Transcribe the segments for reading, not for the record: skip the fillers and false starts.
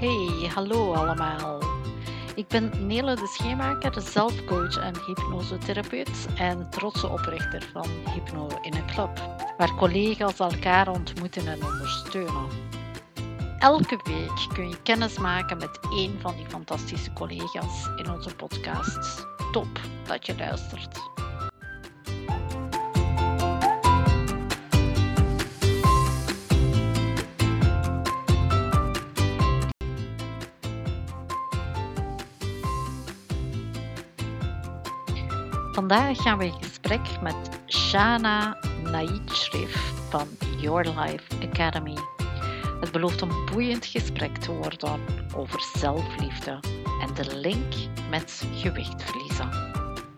Hey, hallo allemaal. Ik ben Nele de Scheemaker, zelfcoach en hypnosetherapeut en trotse oprichter van Hypno in een Club, waar collega's elkaar ontmoeten en ondersteunen. Elke week kun je kennis maken met één van die fantastische collega's in onze podcast. Top dat je luistert. Vandaag gaan we in gesprek met Shana Naid-Shrif van Your Life Academy. Het belooft een boeiend gesprek te worden over zelfliefde en de link met gewicht verliezen.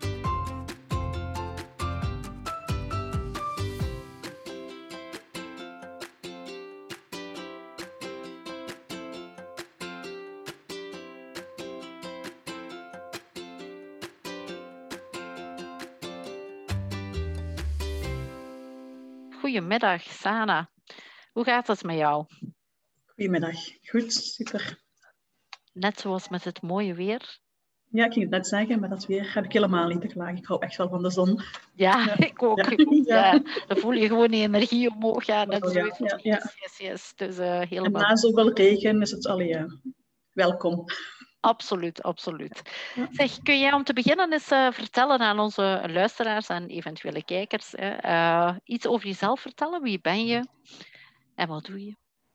Goedemiddag, Sana. Hoe gaat het met jou? Goedemiddag. Goed, super. Net zoals met het mooie weer. Ja, ik ging het net zeggen, maar dat weer heb ik helemaal niet te klagen. Ik hou echt wel van de zon. Ja, ik ook. Ja. Dan voel je gewoon die energie omhoog gaan. En zo. Yes. Dus, helemaal. En na zoveel regen is het welkom. Absoluut. Ja. Zeg, kun jij om te beginnen eens vertellen aan onze luisteraars en eventuele kijkers iets over jezelf vertellen? Wie ben je en wat doe je?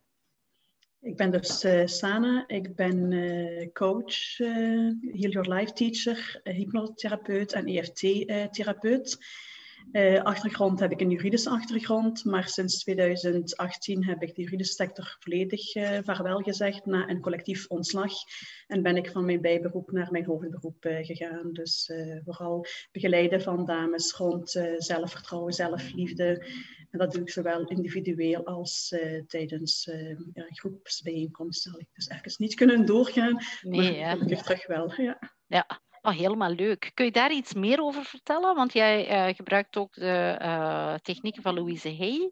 Ik ben dus Sana. Ik ben coach, Heal Your Life teacher, hypnotherapeut en EFT-therapeut. Achtergrond heb ik een juridische achtergrond, maar sinds 2018 heb ik de juridische sector volledig vaarwel gezegd na een collectief ontslag. En ben ik van mijn bijberoep naar mijn hoofdberoep gegaan. Dus vooral begeleiden van dames rond zelfvertrouwen, zelfliefde. En dat doe ik zowel individueel als tijdens groepsbijeenkomsten. Dus even niet kunnen doorgaan, maar gelukkig terug wel. Ja. Oh, helemaal leuk. Kun je daar iets meer over vertellen? Want jij gebruikt ook de technieken van Louise Hay.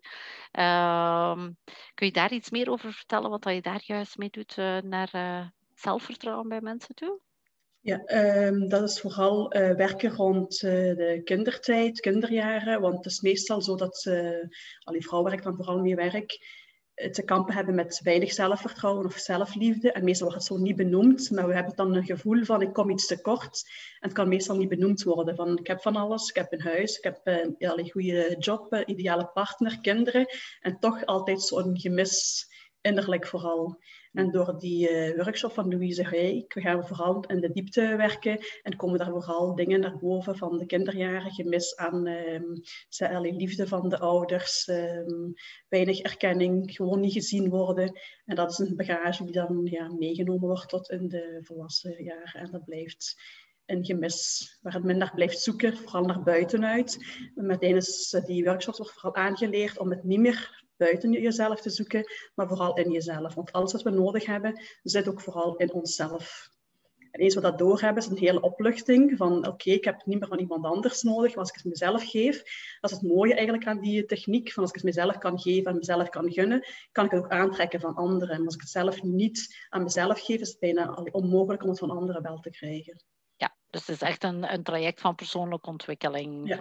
Kun je daar iets meer over vertellen? Wat je daar juist mee doet naar zelfvertrouwen bij mensen toe? Ja, dat is vooral werken rond de kindertijd, kinderjaren. Want het is meestal zo dat die vrouw waar ik dan vooral mee werk, te kampen hebben met weinig zelfvertrouwen of zelfliefde. En meestal wordt het zo niet benoemd, maar we hebben dan een gevoel van ik kom iets tekort. En het kan meestal niet benoemd worden. Van ik heb van alles, ik heb een huis, ik heb een goede job, ideale partner, kinderen. En toch altijd zo'n gemis, innerlijk vooral. En door die workshop van Louise Hay gaan we vooral in de diepte werken en komen daar vooral dingen naar boven van de kinderjaren, gemis aan liefde van de ouders, weinig erkenning, gewoon niet gezien worden. En dat is een bagage die dan meegenomen wordt tot in de volwassen jaren. En dat blijft een gemis waar het minder blijft zoeken, vooral naar buitenuit. Tijdens die workshops wordt vooral aangeleerd om het niet meer buiten jezelf te zoeken, maar vooral in jezelf. Want alles wat we nodig hebben, zit ook vooral in onszelf. En eens we dat doorhebben, is een hele opluchting van oké, ik heb het niet meer van iemand anders nodig, maar als ik het mezelf geef, dat is het mooie eigenlijk aan die techniek, van als ik het mezelf kan geven en mezelf kan gunnen, kan ik het ook aantrekken van anderen. En als ik het zelf niet aan mezelf geef, is het bijna onmogelijk om het van anderen wel te krijgen. Ja, dus het is echt een traject van persoonlijke ontwikkeling,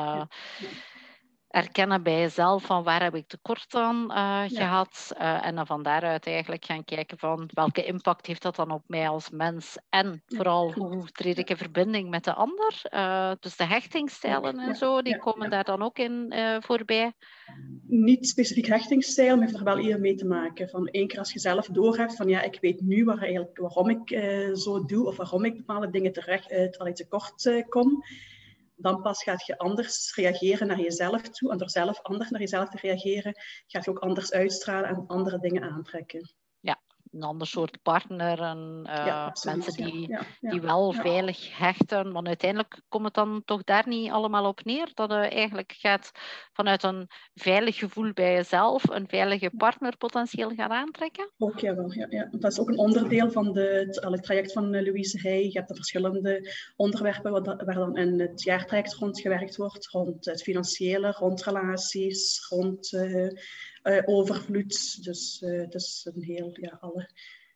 erkennen bij jezelf van waar heb ik tekort aan gehad en dan van daaruit eigenlijk gaan kijken van welke impact heeft dat dan op mij als mens en vooral hoe treed ik in verbinding met de ander. Dus de hechtingsstijlen en zo, die komen daar dan ook in voorbij. Niet specifiek hechtingsstijl, maar heeft er wel eerder mee te maken. Van één keer als je zelf doorhebt van ik weet nu waarom ik zo doe of waarom ik bepaalde dingen tekort kom. Dan pas gaat je anders reageren naar jezelf toe. En door zelf anders naar jezelf te reageren, gaat je ook anders uitstralen en andere dingen aantrekken. Ja, een ander soort partner en mensen die wel veilig hechten. Want uiteindelijk komt het dan toch daar niet allemaal op neer. Dat je eigenlijk gaat vanuit een veilig gevoel bij jezelf een veilige partner potentieel gaan aantrekken. Ook jawel, ja. Dat is ook een onderdeel van het traject van Louise Hay. Je hebt er verschillende onderwerpen waar dan in het jaartraject rond gewerkt wordt. Rond het financiële, rond relaties, rond overvloed. Dus het is een heel, alle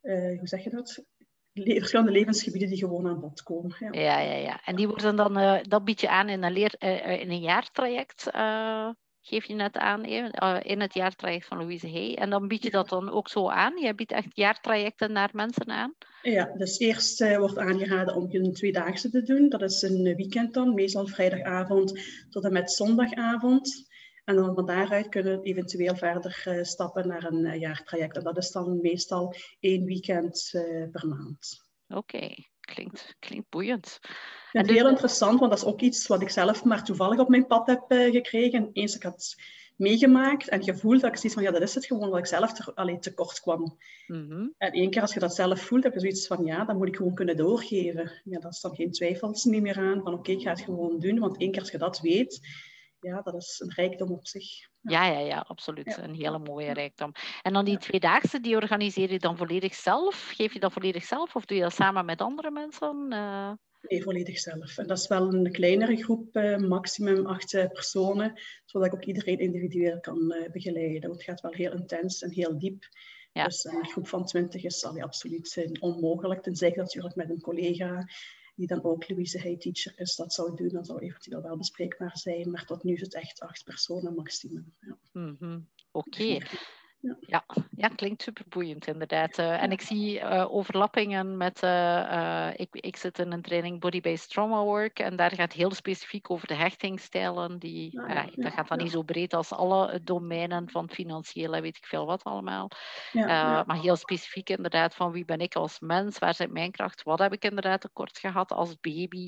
hoe zeg je dat? Verschillende levensgebieden die gewoon aan bod komen. Ja. Ja. En die worden dan, dat bied je aan in een jaartraject, geef je net aan, in het jaartraject van Louise Hay. En dan bied je dat dan ook zo aan? Jij biedt echt jaartrajecten naar mensen aan? Ja, dus eerst wordt aangeraden om een 2-daagse te doen. Dat is een weekend dan, meestal vrijdagavond tot en met zondagavond. En dan van daaruit kunnen we eventueel verder stappen naar een jaartraject. En dat is dan meestal 1 weekend per maand. Oké, klinkt boeiend. Ik vind het heel interessant, want dat is ook iets wat ik zelf maar toevallig op mijn pad heb gekregen. Eens ik had meegemaakt en gevoeld dat ik zoiets van, ja, dat is het gewoon, dat ik zelf tekort kwam. Mm-hmm. En 1 keer als je dat zelf voelt, heb je zoiets van, ja, dat moet ik gewoon kunnen doorgeven. Ja, dat is dan geen twijfels niet meer aan, van oké, ik ga het gewoon doen, want 1 keer als je dat weet, ja, dat is een rijkdom op zich. Ja, absoluut. Ja. Een hele mooie rijkdom. En dan die 2-daagse, die organiseer je dan volledig zelf? Geef je dat volledig zelf of doe je dat samen met andere mensen? Nee, volledig zelf. En dat is wel een kleinere groep, maximum 8 personen, zodat ik ook iedereen individueel kan begeleiden. Want het gaat wel heel intens en heel diep. Ja. Dus een groep van 20 is absoluut onmogelijk. Tenzij je natuurlijk met een collega, die dan ook Louise Hay teacher is, dat zou doen. Dat zou eventueel wel bespreekbaar zijn. Maar tot nu is het echt 8 personen maximum. Ja. Mm-hmm. Oké. Ja, klinkt superboeiend inderdaad. En ik zie overlappingen met... ik zit in een training Body-Based Trauma Work en daar gaat heel specifiek over de hechtingsstijlen. Dat gaat dan niet zo breed als alle domeinen van financieel en weet ik veel wat allemaal. Maar heel specifiek inderdaad van wie ben ik als mens, waar zit mijn kracht, wat heb ik inderdaad tekort gehad als baby,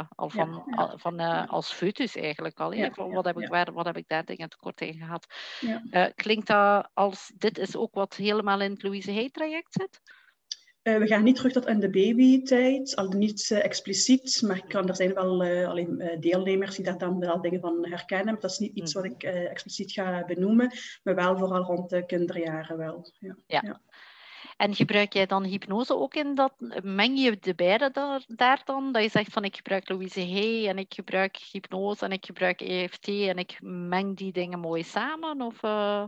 als foetus eigenlijk al. Wat heb ik daar dingen tekort in gehad? Klinkt dat als dit is ook wat helemaal in het Louise Hay traject zit? We gaan niet terug tot in de babytijd, al niet expliciet, maar er zijn wel deelnemers die daar dan wel dingen van herkennen. Maar dat is niet iets wat ik expliciet ga benoemen, maar wel vooral rond de kinderjaren wel. Ja. En gebruik jij dan hypnose ook in dat? Meng je de beide daar dan? Dat je zegt van ik gebruik Louise Hay en ik gebruik hypnose en ik gebruik EFT en ik meng die dingen mooi samen? Of...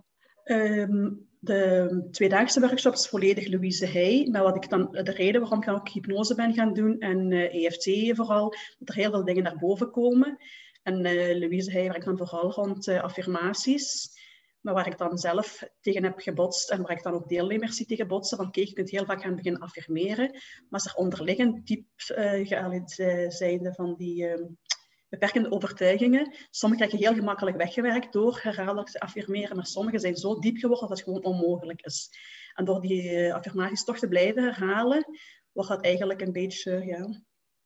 De 2-daagse workshop is volledig Louise Hay. Maar de reden waarom ik dan ook hypnose ben gaan doen en EFT vooral, dat er heel veel dingen naar boven komen. En Louise Hay werkt dan vooral rond affirmaties. Maar waar ik dan zelf tegen heb gebotst en waar ik dan ook deelnemers zie tegen botsen, van kijk, je kunt heel vaak gaan beginnen affirmeren. Maar als er onderliggend diep zijnde van die... beperkende overtuigingen. Sommige krijg je heel gemakkelijk weggewerkt door herhaaldelijk te affirmeren, maar sommige zijn zo diep geworden dat het gewoon onmogelijk is. En door die affirmaties toch te blijven herhalen, wordt dat eigenlijk een beetje,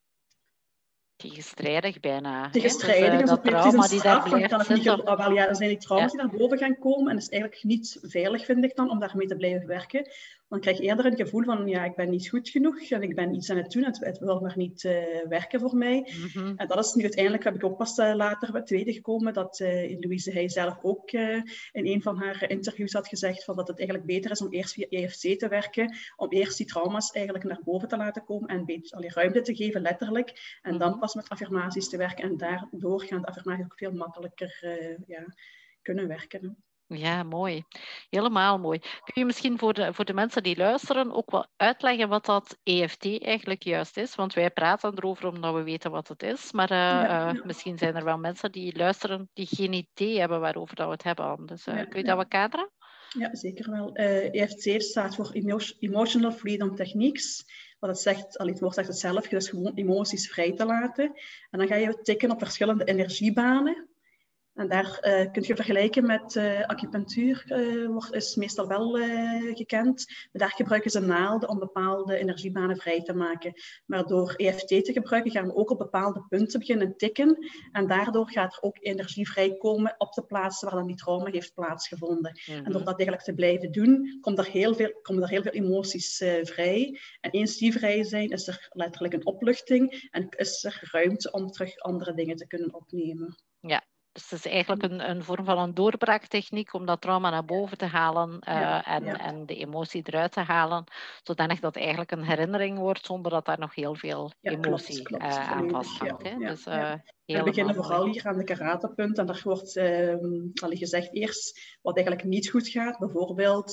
tegenstrijdig bijna. Tegenstrijdig. Dus, dat trauma die daar blijft zitten. Er zijn die trauma's die naar boven gaan komen en het is eigenlijk niet veilig, vind ik dan, om daarmee te blijven werken. Dan krijg je eerder een gevoel van, ik ben niet goed genoeg en ik ben iets aan het doen en het wil maar niet werken voor mij. Mm-hmm. En dat is nu uiteindelijk, heb ik ook pas later te weten gekomen, dat Louise Hay zelf ook in een van haar interviews had gezegd van dat het eigenlijk beter is om eerst via EFT te werken, om eerst die trauma's eigenlijk naar boven te laten komen en een beetje ruimte te geven, letterlijk. En dan pas met affirmaties te werken en daardoor gaan de affirmaties ook veel makkelijker kunnen werken. Ja, mooi. Helemaal mooi. Kun je misschien voor de mensen die luisteren ook wel uitleggen wat dat EFT eigenlijk juist is? Want wij praten erover omdat we weten wat het is. Maar misschien zijn er wel mensen die luisteren die geen idee hebben waarover dat we het hebben. Dus kun je dat wat kaderen? Ja, zeker wel. EFT staat voor Emotional Freedom Techniques. Wat het zegt, het woord zegt het zelf, dus gewoon emoties vrij te laten. En dan ga je tikken op verschillende energiebanen. En daar kun je vergelijken met acupunctuur, is meestal wel gekend. Maar daar gebruiken ze naalden om bepaalde energiebanen vrij te maken. Maar door EFT te gebruiken gaan we ook op bepaalde punten beginnen tikken. En daardoor gaat er ook energie vrijkomen op de plaatsen waar dan die trauma heeft plaatsgevonden. Mm-hmm. En door dat eigenlijk te blijven doen, komen er heel veel emoties vrij. En eens die vrij zijn, is er letterlijk een opluchting. En is er ruimte om terug andere dingen te kunnen opnemen. Ja. Dus het is eigenlijk een vorm van een doorbraaktechniek om dat trauma naar boven te halen en de emotie eruit te halen, zodanig dat het eigenlijk een herinnering wordt zonder dat daar nog heel veel emotie aan vasthangt. We beginnen vooral hier aan de karatepunt en daar wordt gezegd eerst wat eigenlijk niet goed gaat. Bijvoorbeeld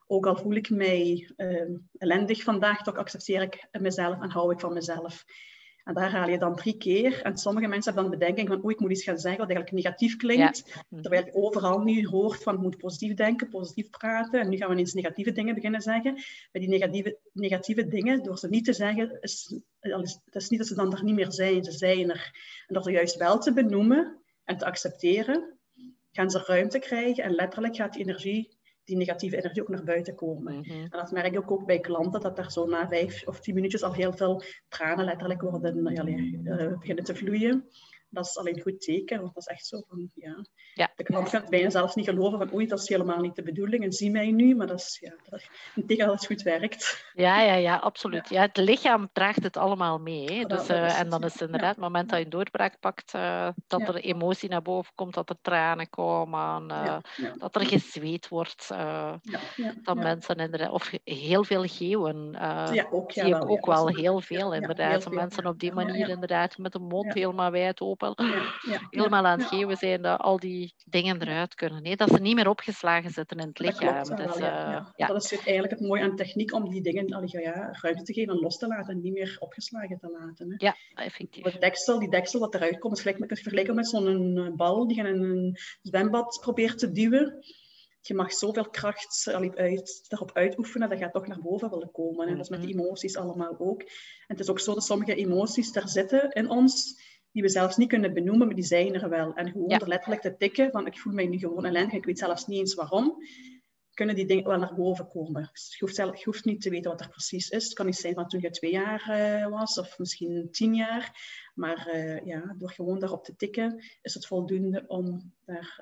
Ook al voel ik mij ellendig vandaag, toch accepteer ik mezelf en hou ik van mezelf. En daar haal je dan 3 keer. En sommige mensen hebben dan de bedenking van, ik moet iets gaan zeggen wat eigenlijk negatief klinkt. Ja. Terwijl je overal nu hoort van, je moet positief denken, positief praten. En nu gaan we eens negatieve dingen beginnen zeggen. Maar die negatieve dingen, door ze niet te zeggen, het is niet dat ze dan er niet meer zijn. Ze zijn er. En door ze juist wel te benoemen en te accepteren, gaan ze ruimte krijgen. En letterlijk gaat die negatieve energie ook naar buiten komen. En dat merk ik ook bij klanten, dat er zo na 5 of 10 minuutjes al heel veel tranen letterlijk beginnen te vloeien. Dat is alleen een goed teken, want dat is echt zo van, de klant gaat bijna zelfs niet geloven van, dat is helemaal niet de bedoeling en zie mij nu, maar dat is een teken dat het goed werkt. Ja, absoluut. Ja, het lichaam draagt het allemaal mee. Hè? Dus, en dan is het inderdaad het moment dat je een doorbraak pakt, dat er emotie naar boven komt, dat er tranen komen, dat er gezweet wordt, dat mensen inderdaad, of heel veel geeuwen, zie ik ook wel heel veel inderdaad. Heel veel, mensen op die manier inderdaad met de mond helemaal wijd open, helemaal aan het geeuwen zijn, dat al die dingen eruit kunnen. Nee, dat ze niet meer opgeslagen zitten in het lichaam. Dat is eigenlijk het mooie aan techniek, om die dingen ruimte te geven en los te laten en niet meer opgeslagen te laten. Hè. Ja, effectief. Die deksel wat eruit komt, is gelijk met vergelijken met zo'n bal die je in een zwembad probeert te duwen. Je mag zoveel kracht erop uitoefenen, dat gaat toch naar boven willen komen. Hè. Dat is met die emoties allemaal ook. En het is ook zo dat sommige emoties er zitten in ons, die we zelfs niet kunnen benoemen, maar die zijn er wel. En gewoon er letterlijk te tikken van, ik voel mij nu gewoon ellendig, ik weet zelfs niet eens waarom, kunnen die dingen wel naar boven komen. Dus je hoeft niet te weten wat er precies is. Het kan niet zijn van toen je 2 jaar was, of misschien 10 jaar. Maar door gewoon daarop te tikken, is het voldoende om daar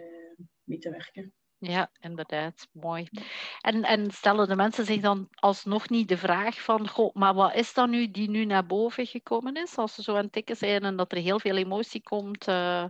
mee te werken. Ja, inderdaad. Mooi. En stellen de mensen zich dan alsnog niet de vraag van, maar wat is dat nu die nu naar boven gekomen is? Als ze zo aan het tikken zijn en dat er heel veel emotie komt,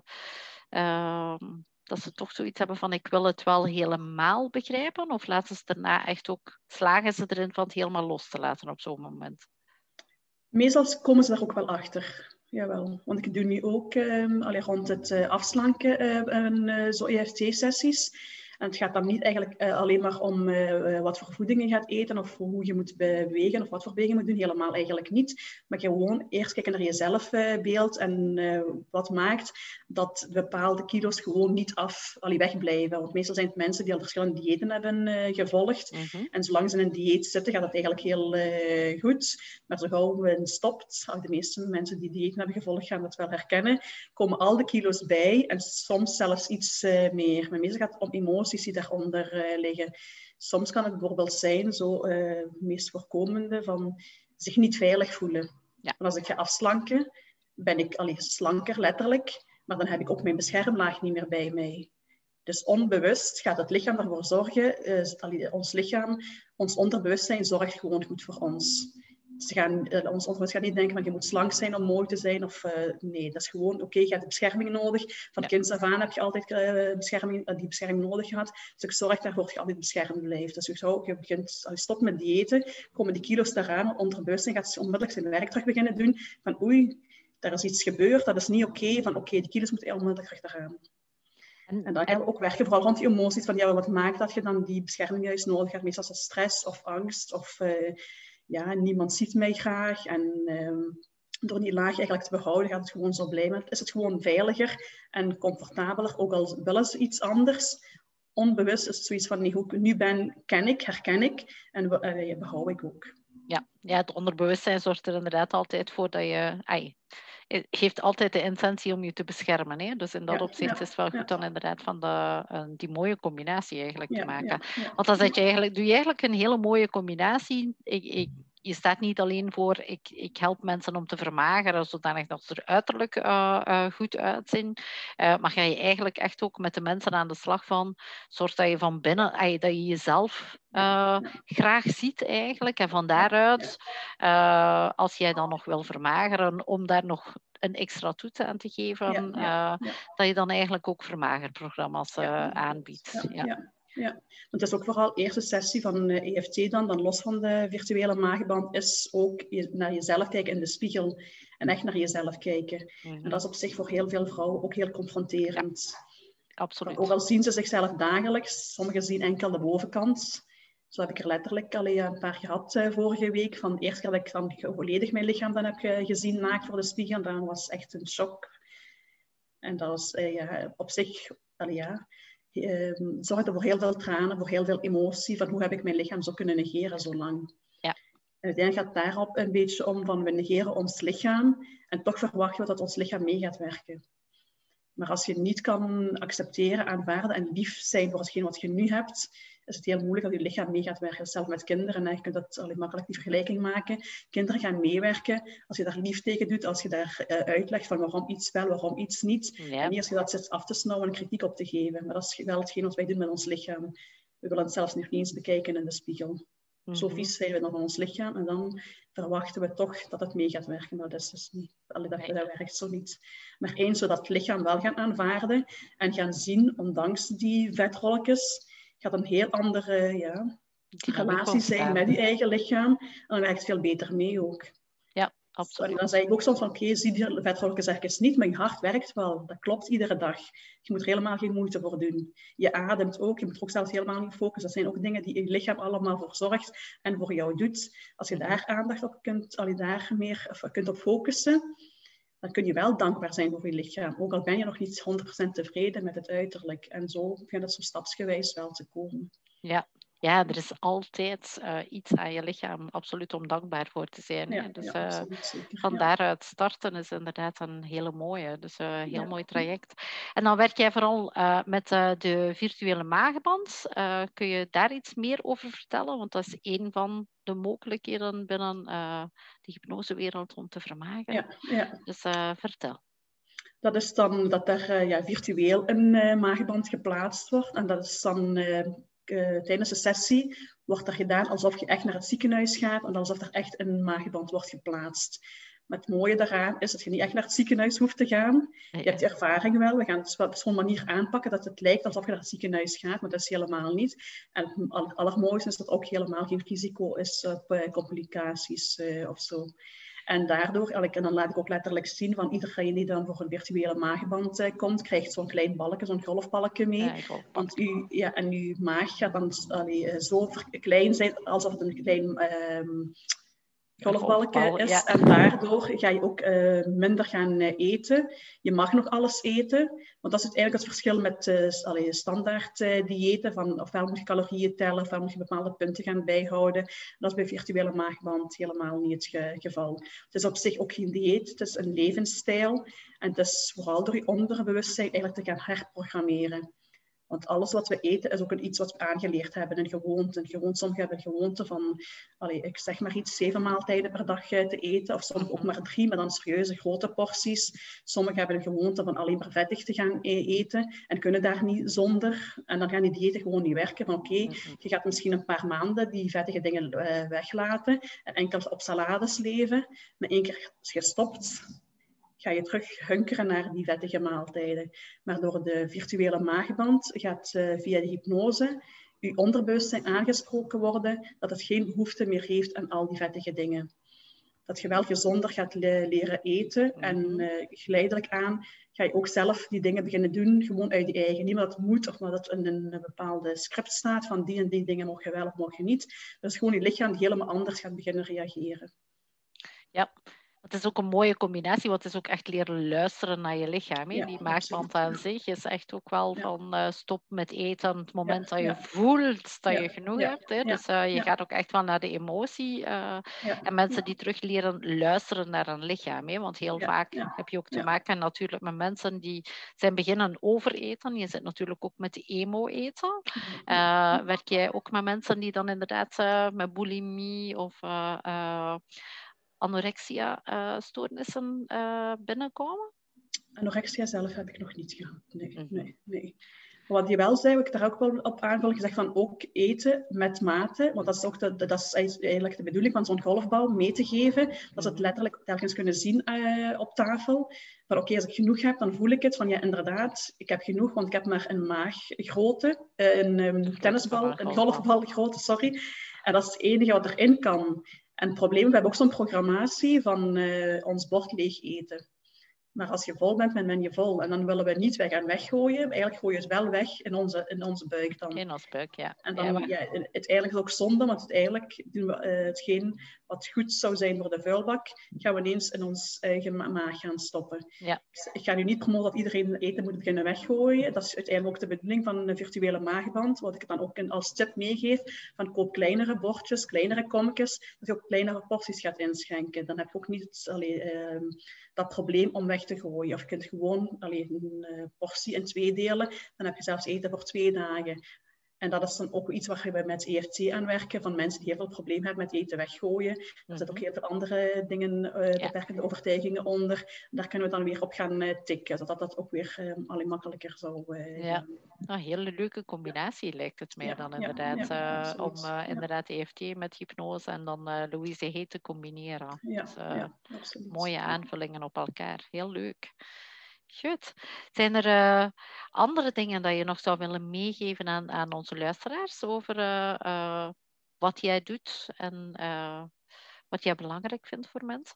dat ze toch zoiets hebben van, ik wil het wel helemaal begrijpen? Of laten ze daarna echt ook, slagen ze erin van het helemaal los te laten op zo'n moment? Meestal komen ze daar ook wel achter. Jawel, want ik doe nu ook rond het afslanken zo EFT-sessies. En het gaat dan niet eigenlijk alleen maar om wat voor voeding je gaat eten of hoe je moet bewegen of wat voor beweging je moet doen. Helemaal eigenlijk niet. Maar gewoon eerst kijken naar je zelfbeeld en wat maakt dat bepaalde kilo's gewoon niet wegblijven. Want meestal zijn het mensen die al verschillende diëten hebben gevolgd. En zolang ze in een dieet zitten, gaat dat eigenlijk heel goed. Maar zo gauw men stopt, de meeste mensen die diëten hebben gevolgd gaan dat wel herkennen, komen al de kilo's bij en soms zelfs iets meer. Maar meestal gaat het om emoties die daaronder liggen. Soms kan het bijvoorbeeld zijn, het meest voorkomende, van zich niet veilig voelen. Ja. Want als ik ga afslanken, ben ik slanker letterlijk, maar dan heb ik ook mijn beschermlaag niet meer bij mij. Dus onbewust gaat het lichaam ervoor zorgen, ons onderbewustzijn zorgt gewoon goed voor ons. Ons onderbewust gaat niet denken van je moet slank zijn om mooi te zijn. Nee, dat is gewoon oké, je hebt bescherming nodig. Van kinds af aan heb je altijd die bescherming nodig gehad. Dus ik zorg daarvoor dat je altijd beschermd blijft. Dus je stopt met diëten, komen die kilo's eraan. Onderbewustzijn gaat onmiddellijk zijn werk terug beginnen doen. Van oei, daar is iets gebeurd, dat is niet oké. Van oké, die kilo's moeten onmiddellijk terug eraan. En dan gaan we ook werken vooral rond die emoties. Van wat maakt dat je dan die bescherming juist nodig hebt? Meestal is dat stress of angst of... niemand ziet mij graag. En door die laag eigenlijk te behouden, gaat het gewoon zo blijven. Is het gewoon veiliger en comfortabeler, ook al wel eens iets anders. Onbewust is het zoiets van, hoe ik nu ben, herken ik en behoud ik ook. Ja, het onderbewustzijn zorgt er inderdaad altijd voor dat je... Het geeft altijd de intentie om je te beschermen. Hè? Dus in dat opzicht is het wel goed dan inderdaad van die mooie combinatie eigenlijk te maken. Want dan doe je eigenlijk een hele mooie combinatie. Je staat niet alleen voor, ik help mensen om te vermageren, zodanig dat ze er uiterlijk goed uitzien. Maar ga je eigenlijk echt ook met de mensen aan de slag van, zorg dat je van binnen, dat je jezelf graag ziet eigenlijk. En van daaruit, als jij dan nog wil vermageren, om daar nog een extra toets aan te geven, dat je dan eigenlijk ook vermagerprogramma's aanbiedt. Ja, want het is ook vooral de eerste sessie van EFT dan los van de virtuele maagband, is ook naar jezelf kijken in de spiegel en echt naar jezelf kijken. En dat is op zich voor heel veel vrouwen ook heel confronterend. Absoluut. Ook al zien ze zichzelf dagelijks, sommigen zien enkel de bovenkant. Zo heb ik er letterlijk al een paar gehad vorige week. Van de eerste keer dat ik dan volledig mijn lichaam dan heb gezien naakt voor de spiegel, dat was echt een shock. En dat was op zich, zorgde voor heel veel tranen, voor heel veel emotie. Van hoe heb ik mijn lichaam zo kunnen negeren zo lang? Ja. En uiteindelijk gaat het daarop een beetje om van we negeren ons lichaam en toch verwachten we dat ons lichaam mee gaat werken. Maar als je niet kan accepteren, aanvaarden en lief zijn voor hetgeen wat je nu hebt, is het heel moeilijk dat je lichaam mee gaat werken. Zelfs met kinderen, je kunt dat alleen makkelijk die vergelijking maken. Kinderen gaan meewerken als je daar lief tegen doet, als je daar uitlegt van waarom iets wel, waarom iets niet. Ja. En niet als je dat zit af te snauwen en kritiek op te geven. Maar dat is wel hetgeen wat wij doen met ons lichaam. We willen het zelfs nog niet eens bekijken in de spiegel. Zo vies zijn we dan van ons lichaam en dan verwachten we toch dat het mee gaat werken. Maar dat is dus niet. Dat werkt zo niet. Maar eens zodat het lichaam wel gaan aanvaarden en gaan zien, ondanks die vetrolletjes, gaat een heel andere relatie zijn met je eigen lichaam. En dan werkt het veel beter mee ook. Ja, absoluut. Dan zeg ik ook soms van, oké, zie die vetrolletjes ergens niet, maar je hart werkt wel. Dat klopt iedere dag. Je moet er helemaal geen moeite voor doen. Je ademt ook, je moet er ook zelfs helemaal niet focussen. Dat zijn ook dingen die je lichaam allemaal voor zorgt en voor jou doet. Als je daar aandacht op kunt, als je daar meer kunt op focussen, dan kun je wel dankbaar zijn voor je lichaam. Ook al ben je nog niet 100% tevreden met het uiterlijk. En zo begint het zo stapsgewijs wel te komen. Ja, er is altijd iets aan je lichaam absoluut om dankbaar voor te zijn. Ja, dus absoluut, zeker. van daaruit starten is inderdaad een hele mooie. Dus een heel mooi traject. En dan werk jij vooral met de virtuele magenband. Kun je daar iets meer over vertellen? Want dat is een van de mogelijkheden binnen de hypnosewereld om te vermagen. Ja. Dus vertel. Dat is dan dat er virtueel een magenband geplaatst wordt. En dat is dan tijdens de sessie wordt dat gedaan alsof je echt naar het ziekenhuis gaat en alsof er echt een magenband wordt geplaatst. Maar het mooie daaraan is dat je niet echt naar het ziekenhuis hoeft te gaan. Je hebt die ervaring wel. We gaan het op zo'n manier aanpakken dat het lijkt alsof je naar het ziekenhuis gaat, maar dat is helemaal niet. En het allermooiste is dat ook helemaal geen risico is op complicaties of zo. En daardoor, en dan laat ik ook letterlijk zien van iedereen die dan voor een virtuele magenband komt, krijgt zo'n klein balkje, zo'n golfbalkje mee. Want uw maag gaat dan zo klein zijn alsof het een klein golfbalkje is. Ja. En daardoor ga je ook minder gaan eten. Je mag nog alles eten, want dat is eigenlijk het verschil met standaard diëten. Van ofwel moet je calorieën tellen, ofwel moet je bepaalde punten gaan bijhouden. Dat is bij virtuele maagband helemaal niet het geval. Het is op zich ook geen dieet, het is een levensstijl. En het is vooral door je onderbewustzijn eigenlijk te gaan herprogrammeren. Want alles wat we eten is ook iets wat we aangeleerd hebben, een gewoonte. Sommigen hebben een gewoonte van, ik zeg maar iets, 7 maaltijden per dag te eten. Of soms ook maar 3, maar dan serieuze grote porties. Sommigen hebben een gewoonte van alleen maar vettig te gaan eten en kunnen daar niet zonder. En dan gaan die diëten gewoon niet werken. Van je gaat misschien een paar maanden die vettige dingen weglaten en enkel op salades leven. Maar 1 keer als je stopt, ga je terug hunkeren naar die vettige maaltijden. Maar door de virtuele magenband gaat via de hypnose je onderbewustzijn aangesproken worden dat het geen behoefte meer heeft aan al die vettige dingen. Dat je wel gezonder gaat leren eten en geleidelijk aan ga je ook zelf die dingen beginnen doen, gewoon uit je eigen. Niet omdat het moet of omdat het in een bepaalde script staat van die en die dingen mag je wel of mag je niet. Dat is gewoon je lichaam die helemaal anders gaat beginnen reageren. Ja. Het is ook een mooie combinatie, want het is ook echt leren luisteren naar je lichaam. Ja, die maagband aan zich is echt ook wel van stop met eten aan het moment dat je voelt dat je genoeg hebt. Hè? Dus je gaat ook echt wel naar de emotie. En mensen die terug leren luisteren naar hun lichaam. Hè? Want heel vaak heb je ook te maken natuurlijk met mensen die zijn beginnen overeten. Je zit natuurlijk ook met emo-eten. Werk jij ook met mensen die dan inderdaad met bulimie of anorexia-stoornissen binnenkomen? Anorexia zelf heb ik nog niet gehad. Nee. Wat je wel zei, wat ik daar ook wel op aanvullen, gezegd van ook eten met mate, want dat is, ook dat is eigenlijk de bedoeling van zo'n golfbal, mee te geven, dat ze het letterlijk telkens kunnen zien op tafel. Van oké, als ik genoeg heb, dan voel ik het van ja, inderdaad, ik heb genoeg, want ik heb maar een maaggrootte, een tennisbal, een golfbalgrootte, sorry. En dat is het enige wat erin kan. En het probleem, we hebben ook zo'n programmatie van ons bord leeg eten. Maar als je vol bent, dan ben je vol. En dan willen we niet gaan weggooien. Eigenlijk gooien we het wel weg in onze buik dan. In ons buik, ja. En dan, het eigenlijk is ook zonde, want uiteindelijk doen we hetgeen wat goed zou zijn voor de vuilbak, gaan we ineens in ons eigen maag gaan stoppen. Ja. Dus ik ga nu niet promoten dat iedereen eten moet beginnen weggooien. Dat is uiteindelijk ook de bedoeling van een virtuele maagband. Wat ik dan ook als tip meegeef, van koop kleinere bordjes, kleinere kommetjes, dat je ook kleinere porties gaat inschenken. Dan heb je ook niet dat probleem om weg te gooien. Of je kunt gewoon een portie in 2 delen, dan heb je zelfs eten voor 2 dagen. En dat is dan ook iets waar we met ERT aan werken, van mensen die heel veel problemen hebben met eten weggooien. Er zitten ook heel veel andere dingen, beperkende overtuigingen onder. Daar kunnen we dan weer op gaan tikken, zodat dat ook weer makkelijker zou gaan. Een hele leuke combinatie lijkt het mij dan inderdaad. Om inderdaad EFT met hypnose en dan Louise Hay te combineren. Dus, mooie aanvullingen op elkaar. Heel leuk. Goed. Zijn er andere dingen dat je nog zou willen meegeven aan onze luisteraars over wat jij doet en wat jij belangrijk vindt voor mensen?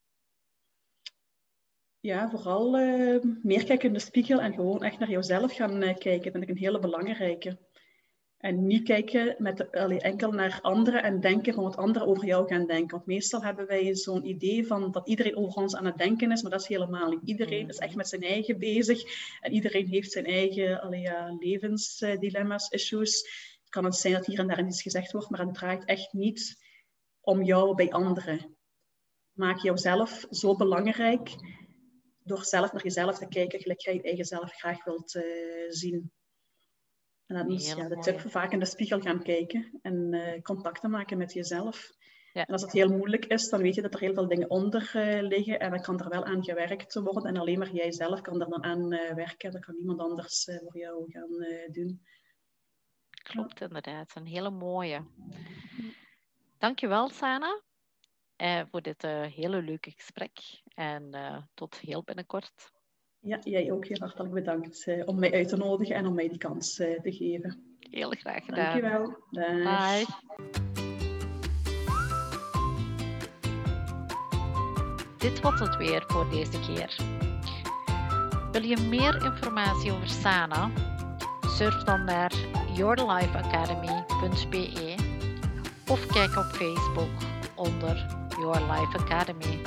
Ja, vooral meer kijken in de spiegel en gewoon echt naar jezelf gaan kijken. Dat vind ik een hele belangrijke. En niet kijken enkel naar anderen en denken van wat anderen over jou gaan denken. Want meestal hebben wij zo'n idee van dat iedereen over ons aan het denken is, maar dat is helemaal niet. Iedereen is echt met zijn eigen bezig en iedereen heeft zijn eigen levensdilemma's, issues. Het kan zijn dat hier en daar iets gezegd wordt, maar het draait echt niet om jou bij anderen. Maak jouzelf zo belangrijk door zelf naar jezelf te kijken, gelijk jij je eigen zelf graag wilt zien. En dan is de tip vaak in de spiegel gaan kijken en contacten maken met jezelf. Ja. En als het heel moeilijk is, dan weet je dat er heel veel dingen onder liggen en dan kan er wel aan gewerkt worden. En alleen maar jijzelf kan er dan aan werken. Dat kan niemand anders voor jou gaan doen. Klopt, inderdaad. Een hele mooie. Dankjewel, Sana, voor dit hele leuke gesprek. En tot heel binnenkort. Ja, jij ook heel hartelijk bedankt om mij uit te nodigen en om mij die kans te geven. Heel graag gedaan. Dankjewel. Bye. Dit was het weer voor deze keer. Wil je meer informatie over Sana? Surf dan naar yourlifeacademy.be of kijk op Facebook onder Your Life Academy.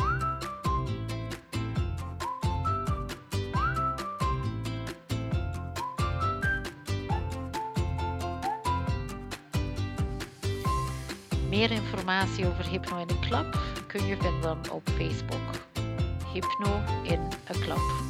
Meer informatie over Hypno in a Club kun je vinden op Facebook. Hypno in a Club.